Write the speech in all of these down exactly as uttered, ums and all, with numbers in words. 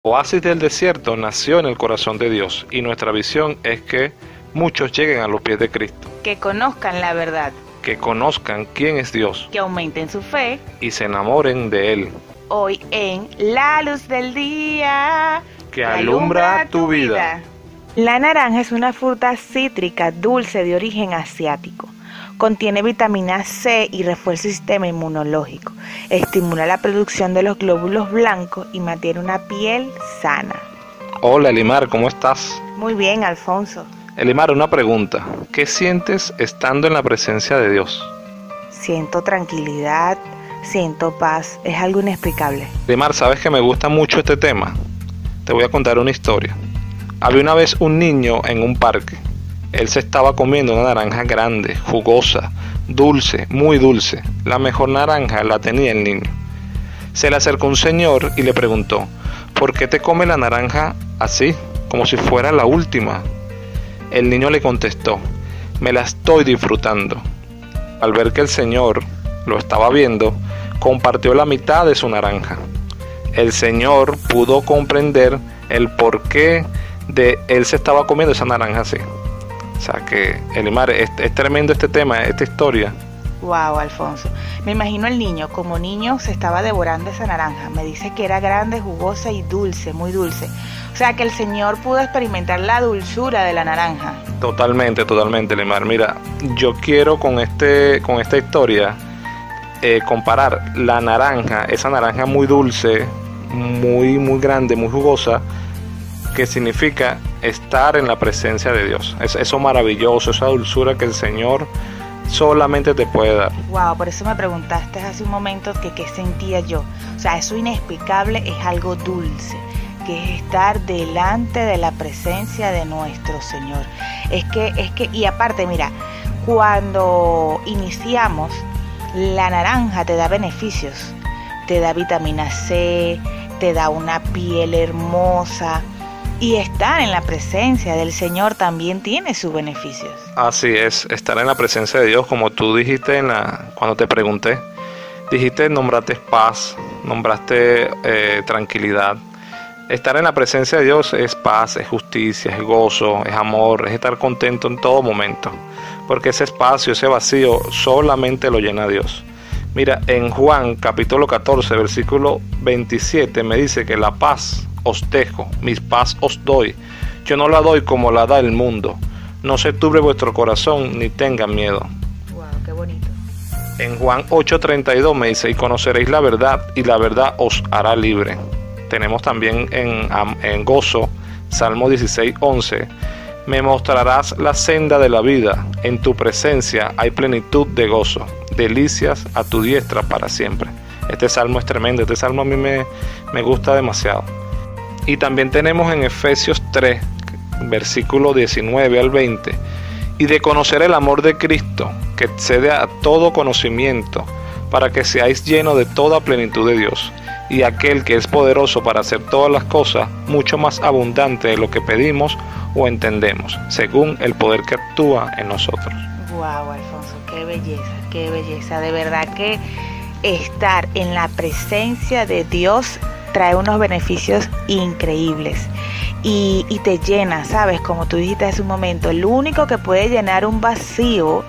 Oasis del Desierto nació en el corazón de Dios y nuestra visión es que muchos lleguen a los pies de Cristo, que conozcan la verdad, que conozcan quién es Dios que aumenten su fe. y se enamoren de Él, Hoy en La Luz del Día, que alumbra tu vida. La naranja es una fruta cítrica dulce de origen asiático. Contiene vitamina C y refuerza el sistema inmunológico. Estimula la producción de los glóbulos blancos y mantiene una piel sana. Hola Elimar, ¿cómo estás? Muy bien, Alfonso. Elimar, una pregunta. ¿Qué sientes estando en la presencia de Dios? Siento tranquilidad, siento paz. Es algo inexplicable. Elimar, ¿sabes que me gusta mucho este tema? Te voy a contar una historia. Había una vez un niño en un parque. Él se estaba comiendo una naranja grande, jugosa, dulce, muy dulce. La mejor naranja la tenía el niño. Se le acercó un señor y le preguntó: ¿por qué te comes la naranja así, como si fuera la última? El niño le contestó: me la estoy disfrutando. Al ver que el señor lo estaba viendo, compartió la mitad de su naranja. El señor pudo comprender el porqué de él se estaba comiendo esa naranja así. O sea que, Elimar, es, es tremendo este tema, esta historia. Wow, Alfonso. Me imagino el niño, como niño se estaba devorando esa naranja. Me dice que era grande, jugosa y dulce, muy dulce. O sea que el Señor pudo experimentar la dulzura de la naranja. Totalmente, totalmente, Elimar. Mira, yo quiero con este, con esta historia eh, comparar la naranja, esa naranja muy dulce, muy, muy grande, muy jugosa, que significa estar en la presencia de Dios. Es eso maravilloso, esa dulzura que el Señor solamente te puede dar. Wow, por eso me preguntaste hace un momento que qué sentía yo. O sea, eso inexplicable es algo dulce, que es estar delante de la presencia de nuestro Señor. Es que, es que, y aparte, mira, cuando iniciamos, la naranja te da beneficios, te da vitamina C, te da una piel hermosa. Y estar en la presencia del Señor también tiene sus beneficios. Así es, estar en la presencia de Dios, como tú dijiste en la, cuando te pregunté, dijiste, nombraste paz, nombraste eh, tranquilidad. Estar en la presencia de Dios es paz, es justicia, es gozo, es amor, es estar contento en todo momento. Porque ese espacio, ese vacío, solamente lo llena Dios. Mira, en Juan capítulo catorce, versículo veintisiete, me dice que la paz os dejo, mi paz os doy. Yo no la doy como la da el mundo. No se turbe vuestro corazón ni tengan miedo. Wow, qué bonito. En Juan ocho treinta y dos me dice: y conoceréis la verdad, y la verdad os hará libre. Tenemos también en, en Gozo, Salmo dieciséis once: me mostrarás la senda de la vida, en tu presencia hay plenitud de gozo, delicias a tu diestra para siempre. Este salmo es tremendo, este salmo a mí me, me gusta demasiado. Y también tenemos en Efesios tres, versículo diecinueve al veinte: y de conocer el amor de Cristo, que excede a todo conocimiento, para que seáis llenos de toda plenitud de Dios, y aquel que es poderoso para hacer todas las cosas, mucho más abundante de lo que pedimos o entendemos, según el poder que actúa en nosotros. Wow, Alfonso, qué belleza, qué belleza. De verdad que estar en la presencia de Dios trae unos beneficios increíbles y, y te llena, ¿sabes? Como tú dijiste hace un momento, el único que puede llenar un vacío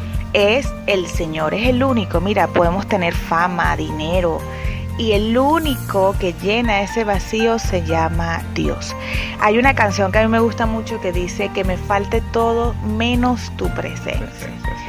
es el Señor, es el único. Mira, podemos tener fama, dinero, y el único que llena ese vacío se llama Dios. Hay una canción que a mí me gusta mucho que dice que me falte todo menos tu presencia.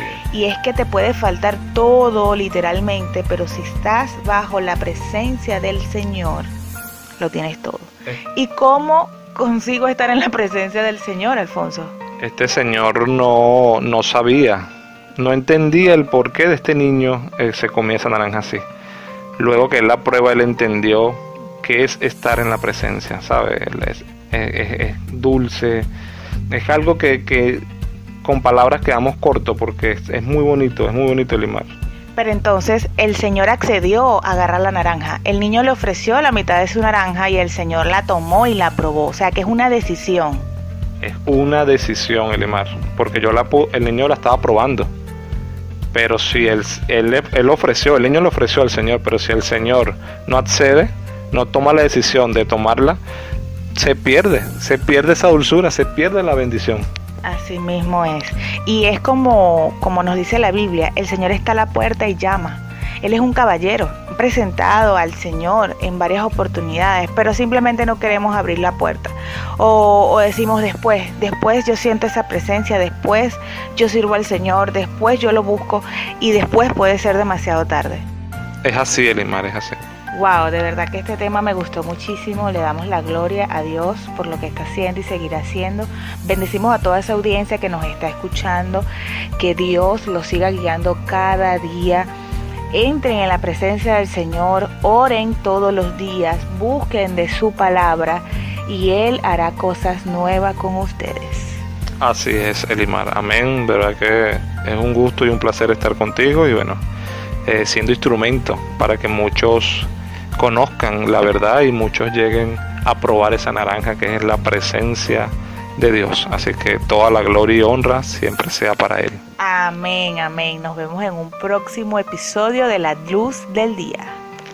Y es que te puede faltar todo literalmente, pero si estás bajo la presencia del Señor, lo tienes todo. ¿Y cómo consigo estar en la presencia del Señor, Alfonso? Este señor no, no sabía, no entendía el porqué de este niño eh, se comía esa naranja así. Luego que él la prueba, él entendió qué es estar en la presencia, ¿sabes? Es, es, es, es dulce, es algo que... que con palabras quedamos cortos porque es, es muy bonito, es muy bonito Elimar. Pero entonces el Señor accedió a agarrar la naranja. El niño le ofreció la mitad de su naranja y el Señor la tomó y la probó. O sea que es una decisión. Es una decisión, Elimar, porque yo la el niño la estaba probando. Pero si él, él, él ofreció, el niño le ofreció al Señor, pero si el Señor no accede, no toma la decisión de tomarla, se pierde, se pierde esa dulzura, se pierde la bendición. Así mismo es. Y es como, como nos dice la Biblia, el Señor está a la puerta y llama. Él es un caballero, presentado al Señor en varias oportunidades, pero simplemente no queremos abrir la puerta. O, o decimos después, después yo siento esa presencia, después yo sirvo al Señor, después yo lo busco y después puede ser demasiado tarde. Es así, Elimar, es así. Wow, de verdad que este tema me gustó muchísimo. Le damos la gloria a Dios por lo que está haciendo y seguirá haciendo. Bendecimos a toda esa audiencia que nos está escuchando. Que Dios los siga guiando cada día. Entren en la presencia del Señor, oren todos los días, busquen de su palabra y Él hará cosas nuevas con ustedes. Así es, Elimar. Amén. Verdad que es un gusto y un placer estar contigo y bueno, eh, siendo instrumento para que muchos conozcan la verdad y muchos lleguen a probar esa naranja que es la presencia de Dios. Así que toda la gloria y honra siempre sea para Él. Amén, amén. Nos vemos en un próximo episodio de La Luz del Día.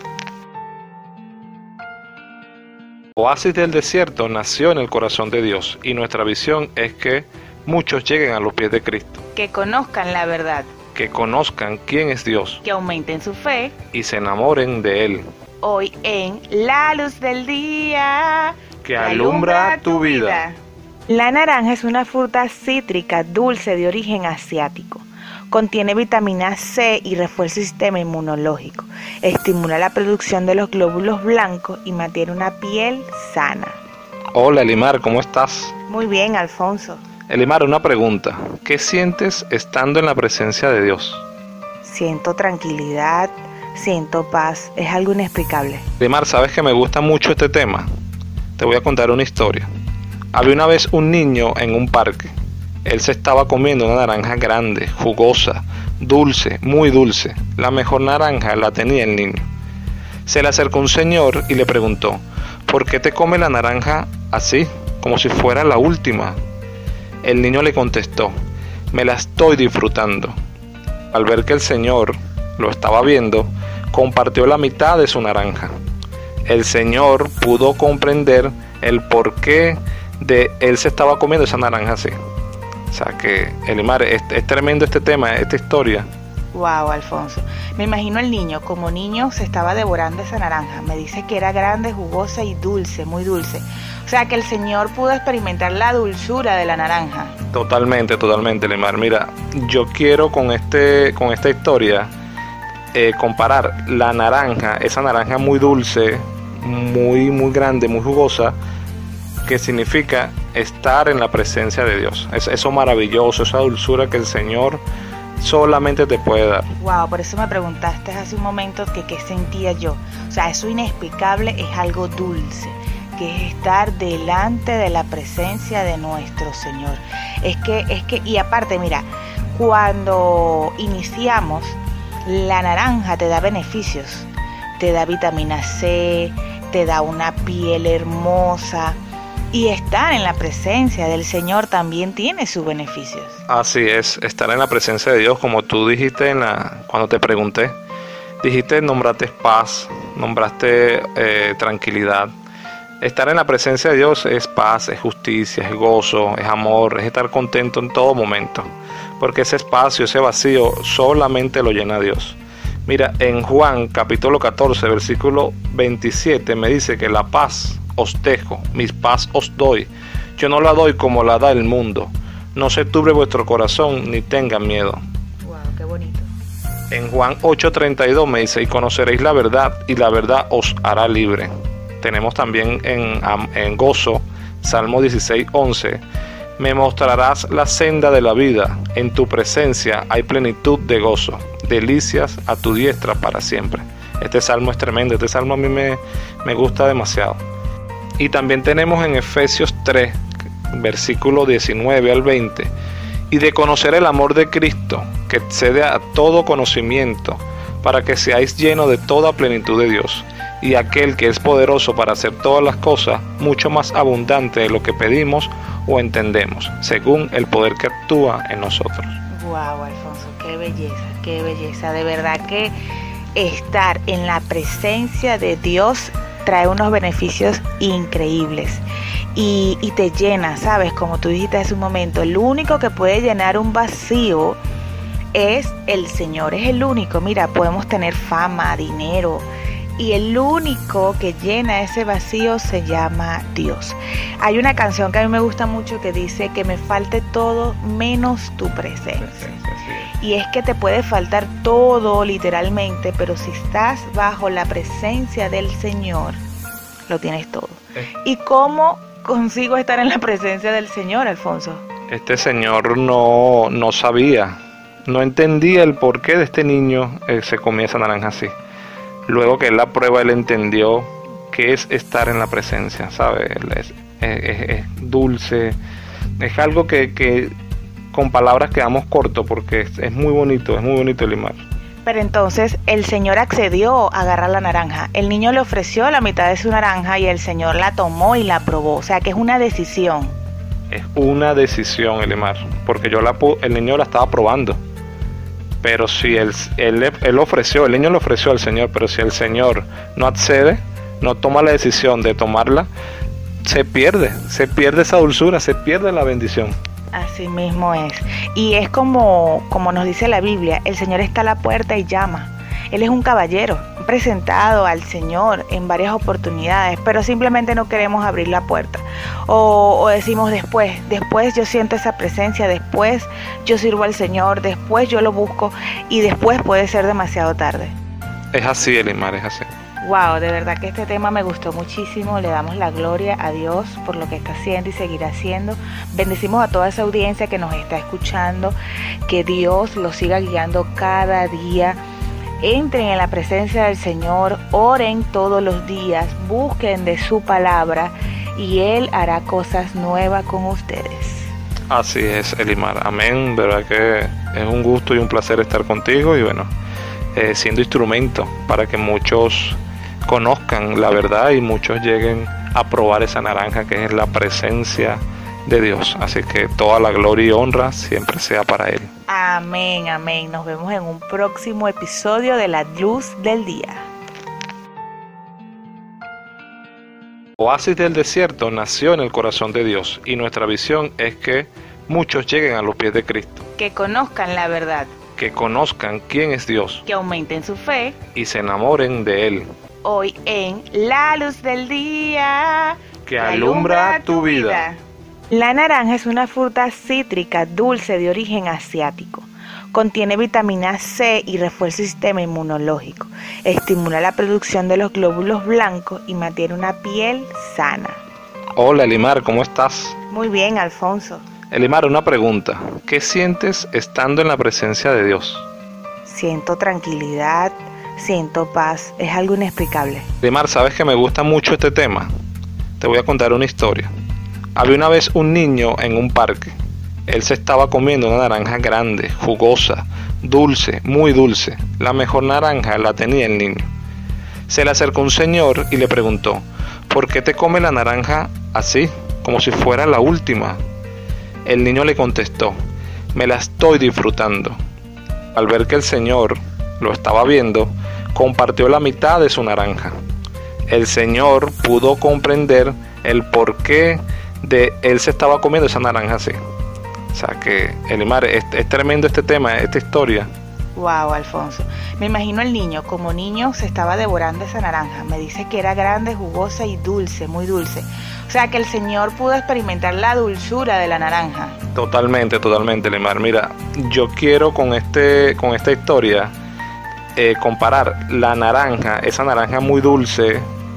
Oasis del Desierto nació en el corazón de Dios y nuestra visión es que muchos lleguen a los pies de Cristo. Que conozcan la verdad. Que conozcan quién es Dios. Que aumenten su fe. Y se enamoren de Él. Hoy en La Luz del Día. Que alumbra tu vida. La naranja es una fruta cítrica dulce de origen asiático. Contiene vitamina C y refuerza el sistema inmunológico. Estimula la producción de los glóbulos blancos y mantiene una piel sana. Hola Elimar, ¿cómo estás? Muy bien, Alfonso. Elimar, una pregunta. ¿Qué sientes estando en la presencia de Dios? Siento tranquilidad, siento paz. Es algo inexplicable. Elimar, ¿sabes que me gusta mucho este tema? Te voy a contar una historia. Había una vez un niño en un parque. Él se estaba comiendo una naranja grande, jugosa, dulce, muy dulce. La mejor naranja la tenía el niño. Se le acercó un señor y le preguntó: ¿por qué te comes la naranja así, como si fuera la última? El niño le contestó: me la estoy disfrutando. Al ver que el señor lo estaba viendo, compartió la mitad de su naranja. El señor pudo comprender el porqué de él se estaba comiendo esa naranja así. O sea que, Elimar, es, es tremendo este tema, esta historia. Wow, Alfonso. Me imagino el niño, como niño se estaba devorando esa naranja. Me dice que era grande, jugosa y dulce, muy dulce. O sea que el Señor pudo experimentar la dulzura de la naranja. Totalmente, totalmente, Elimar. Mira, yo quiero con este, con esta historia eh, comparar la naranja, esa naranja muy dulce, muy, muy grande, muy jugosa, que significa estar en la presencia de Dios. Es eso maravilloso, esa dulzura que el Señor solamente te puede dar. Wow, por eso me preguntaste hace un momento que qué sentía yo. O sea, eso inexplicable es algo dulce, que es estar delante de la presencia de nuestro Señor. Es que, es que, y aparte, mira, cuando iniciamos, la naranja te da beneficios, te da vitamina C, te da una piel hermosa. Y estar en la presencia del Señor también tiene sus beneficios. Así es, estar en la presencia de Dios, como tú dijiste en la, cuando te pregunté, dijiste, nombraste paz, nombraste eh, tranquilidad. Estar en la presencia de Dios es paz, es justicia, es gozo, es amor, es estar contento en todo momento. Porque ese espacio, ese vacío, solamente lo llena Dios. Mira, en Juan capítulo catorce, versículo veintisiete, me dice que la paz os dejo, mi paz os doy. Yo no la doy como la da el mundo. No se turbe vuestro corazón, ni tengan miedo. Wow, qué bonito. En Juan ocho treinta y dos me dice: y conoceréis la verdad, y la verdad os hará libre. Tenemos también en, en Gozo, Salmo dieciséis once. Me mostrarás la senda de la vida. En tu presencia hay plenitud de gozo. Delicias a tu diestra para siempre. Este salmo es tremendo. Este salmo a mí me, me gusta demasiado. Y también tenemos en Efesios tres, versículo diecinueve al veinte. Y de conocer el amor de Cristo, que excede a todo conocimiento, para que seáis llenos de toda plenitud de Dios. Y aquel que es poderoso para hacer todas las cosas, mucho más abundante de lo que pedimos o entendemos, según el poder que actúa en nosotros. Wow, Alfonso, qué belleza, qué belleza. De verdad que estar en la presencia de Dios trae unos beneficios increíbles y, y te llena, ¿sabes? Como tú dijiste hace un momento, el único que puede llenar un vacío es el Señor, es el único. Mira, podemos tener fama, dinero, y el único que llena ese vacío se llama Dios. Hay una canción que a mí me gusta mucho que dice que me falte todo menos tu presencia. presencia sí. Y es que te puede faltar todo literalmente, pero si estás bajo la presencia del Señor, lo tienes todo. Eh. ¿Y cómo consigo estar en la presencia del Señor, Alfonso? Este señor no, no sabía, no entendía el porqué de este niño eh, se comía esa naranja así. Luego que él la prueba, él entendió que es estar en la presencia, ¿sabes? Es, es, es dulce, es algo que, que con palabras quedamos cortos porque es, es muy bonito, es muy bonito Elimar. Pero entonces el Señor accedió a agarrar la naranja. El niño le ofreció la mitad de su naranja y el Señor la tomó y la probó. O sea que es una decisión. Es una decisión, Elimar, porque yo la el niño la estaba probando. Pero si él, él, él ofreció, el niño le ofreció al Señor, pero si el Señor no accede, no toma la decisión de tomarla, se pierde, se pierde esa dulzura, se pierde la bendición. Así mismo es. Y es como, como nos dice la Biblia, el Señor está a la puerta y llama. Él es un caballero, presentado al Señor en varias oportunidades, pero simplemente no queremos abrir la puerta. O, o decimos después, después yo siento esa presencia, después yo sirvo al Señor, después yo lo busco y después puede ser demasiado tarde. Es así, Elimar, es así. Wow, de verdad que este tema me gustó muchísimo. Le damos la gloria a Dios por lo que está haciendo y seguirá haciendo. Bendecimos a toda esa audiencia que nos está escuchando, que Dios los siga guiando cada día. Entren en la presencia del Señor, oren todos los días, busquen de su palabra y Él hará cosas nuevas con ustedes. Así es, Elimar. Amén. Verdad que es un gusto y un placer estar contigo y bueno, eh, siendo instrumento para que muchos conozcan la verdad y muchos lleguen a probar esa naranja que es la presencia de Dios. Así que toda la gloria y honra siempre sea para Él. Amén, amén. Nos vemos en un próximo episodio de La Luz del Día. Oasis del Desierto nació en el corazón de Dios y nuestra visión es que muchos lleguen a los pies de Cristo. Que conozcan la verdad. Que conozcan quién es Dios. Que aumenten su fe. Y se enamoren de Él. Hoy en La Luz del Día. Que alumbra, alumbra tu vida. vida. La naranja es una fruta cítrica dulce de origen asiático. Contiene vitamina C y refuerza el sistema inmunológico. Estimula la producción de los glóbulos blancos y mantiene una piel sana. Hola Elimar, ¿cómo estás? Muy bien, Alfonso. Elimar, una pregunta. ¿Qué sientes estando en la presencia de Dios? Siento tranquilidad, siento paz. Es algo inexplicable. Elimar, ¿sabes que me gusta mucho este tema? Te voy a contar una historia. Había una vez un niño en un parque. Él se estaba comiendo una naranja grande, jugosa, dulce, muy dulce. La mejor naranja la tenía el niño. Se le acercó un señor y le preguntó: ¿por qué te comes la naranja así, como si fuera la última? El niño le contestó: me la estoy disfrutando. Al ver que el señor lo estaba viendo, compartió la mitad de su naranja. El señor pudo comprender el porqué de él se estaba comiendo esa naranja así. O sea que, Elimar, es, es tremendo este tema, esta historia. Wow, Alfonso. Me imagino el niño, como niño se estaba devorando esa naranja. Me dice que era grande, jugosa y dulce, muy dulce. O sea que el Señor pudo experimentar la dulzura de la naranja. Totalmente, totalmente, Elimar. Mira, yo quiero con este, con esta historia eh, comparar la naranja, esa naranja muy dulce,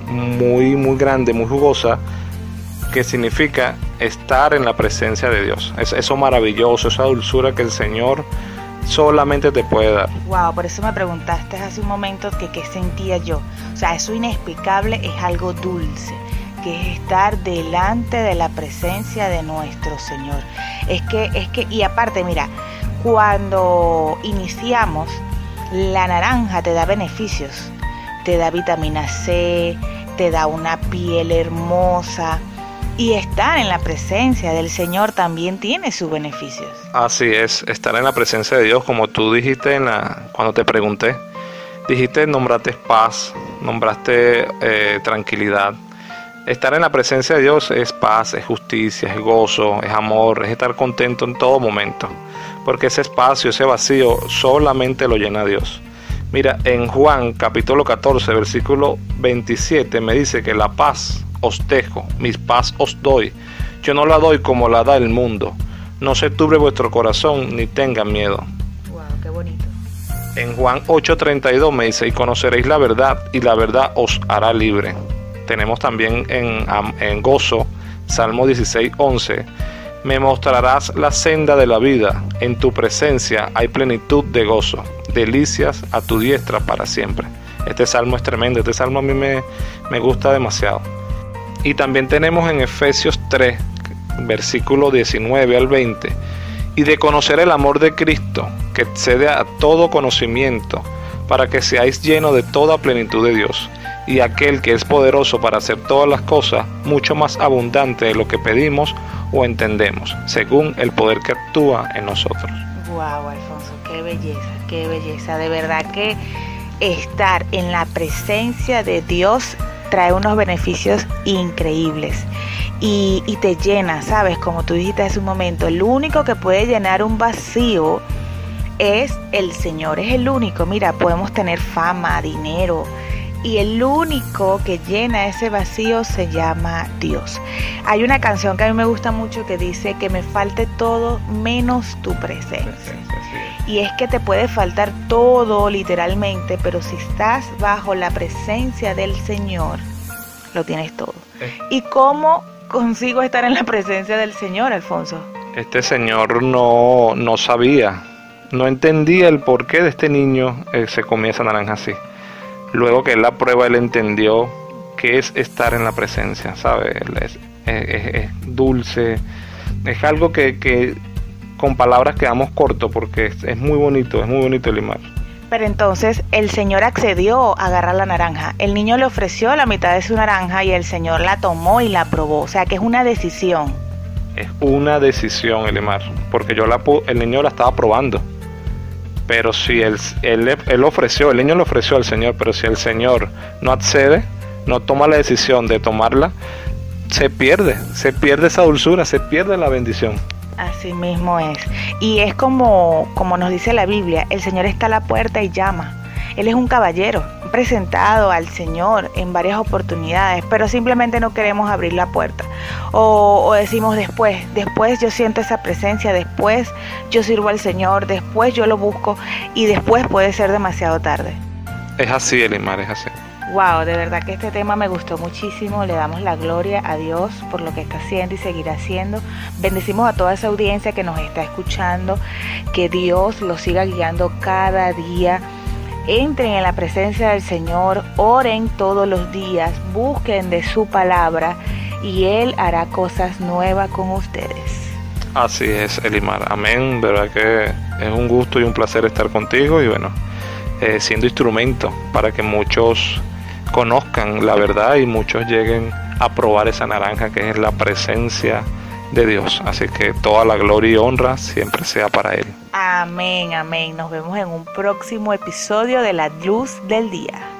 muy, muy grande, muy jugosa, que significa estar en la presencia de Dios. Es eso maravilloso, esa dulzura que el Señor solamente te puede dar. Wow, por eso me preguntaste hace un momento que qué sentía yo. O sea, eso inexplicable es algo dulce, que es estar delante de la presencia de nuestro Señor. Es que, es que, y aparte, mira, cuando iniciamos, la naranja te da beneficios, te da vitamina C, te da una piel hermosa. Y estar en la presencia del Señor también tiene sus beneficios. Así es, estar en la presencia de Dios, como tú dijiste en la, cuando te pregunté, Dijiste, nombraste paz, nombraste eh, tranquilidad. Estar en la presencia de Dios es paz, es justicia, es gozo, es amor, es estar contento en todo momento. Porque ese espacio, ese vacío, solamente lo llena Dios. Mira, en Juan capítulo catorce, versículo veintisiete, me dice que la paz os dejo, mi paz os doy. Yo no la doy como la da el mundo. No se turbe vuestro corazón, ni tengan miedo. Wow, qué bonito. En Juan ocho treinta y dos me dice, y conoceréis la verdad, y la verdad os hará libre. Tenemos también en, en Gozo, Salmo dieciséis once, me mostrarás la senda de la vida, en tu presencia hay plenitud de gozo, delicias a tu diestra para siempre. Este salmo es tremendo, este salmo a mí me, me gusta demasiado. Y también tenemos en Efesios tres, versículo diecinueve al veinte, y de conocer el amor de Cristo, que excede a todo conocimiento, para que seáis llenos de toda plenitud de Dios, y aquel que es poderoso para hacer todas las cosas, mucho más abundante de lo que pedimos o entendemos, según el poder que actúa en nosotros. Wow, Alfonso, qué belleza, qué belleza. De verdad que estar en la presencia de Dios trae unos beneficios increíbles y, y te llena, ¿sabes? Como tú dijiste hace un momento, el único que puede llenar un vacío es el Señor, es el único. Mira, podemos tener fama, dinero, y el único que llena ese vacío se llama Dios. Hay una canción que a mí me gusta mucho que dice que me falte todo menos tu presencia. Y es que te puede faltar todo literalmente, pero si estás bajo la presencia del Señor, lo tienes todo. ¿Y cómo consigo estar en la presencia del Señor, Alfonso? Este señor no, no sabía, no entendía el porqué de este niño eh, se comía esa naranja así. Luego que él la prueba, él entendió que es estar en la presencia, ¿sabes? Es, es, es dulce, es algo que, que con palabras quedamos cortos porque es, es muy bonito, es muy bonito el limar. Pero entonces el Señor accedió a agarrar la naranja. El niño le ofreció la mitad de su naranja y el Señor la tomó y la probó. O sea que es una decisión. Es una decisión, Elimar, porque yo la el niño la estaba probando. Pero si él, él, él ofreció, el niño le ofreció al Señor, pero si el Señor no accede, no toma la decisión de tomarla, se pierde, se pierde esa dulzura, se pierde la bendición. Así mismo es. Y es como, como nos dice la Biblia, el Señor está a la puerta y llama. Él es un caballero, presentado al Señor en varias oportunidades, pero simplemente no queremos abrir la puerta. O, o decimos después, después yo siento esa presencia, después yo sirvo al Señor, después yo lo busco y después puede ser demasiado tarde. Es así, Elimar, es así. Wow, de verdad que este tema me gustó muchísimo. Le damos la gloria a Dios por lo que está haciendo y seguirá haciendo. Bendecimos a toda esa audiencia que nos está escuchando, que Dios los siga guiando cada día. Entren en la presencia del Señor, oren todos los días, busquen de su palabra y Él hará cosas nuevas con ustedes. Así es, Elimar. Amén. Verdad que es un gusto y un placer estar contigo y bueno, eh, siendo instrumento para que muchos conozcan la verdad y muchos lleguen a probar esa naranja que es la presencia de Dios. Así que toda la gloria y honra siempre sea para Él. Amén, amén. Nos vemos en un próximo episodio de La Luz del Día.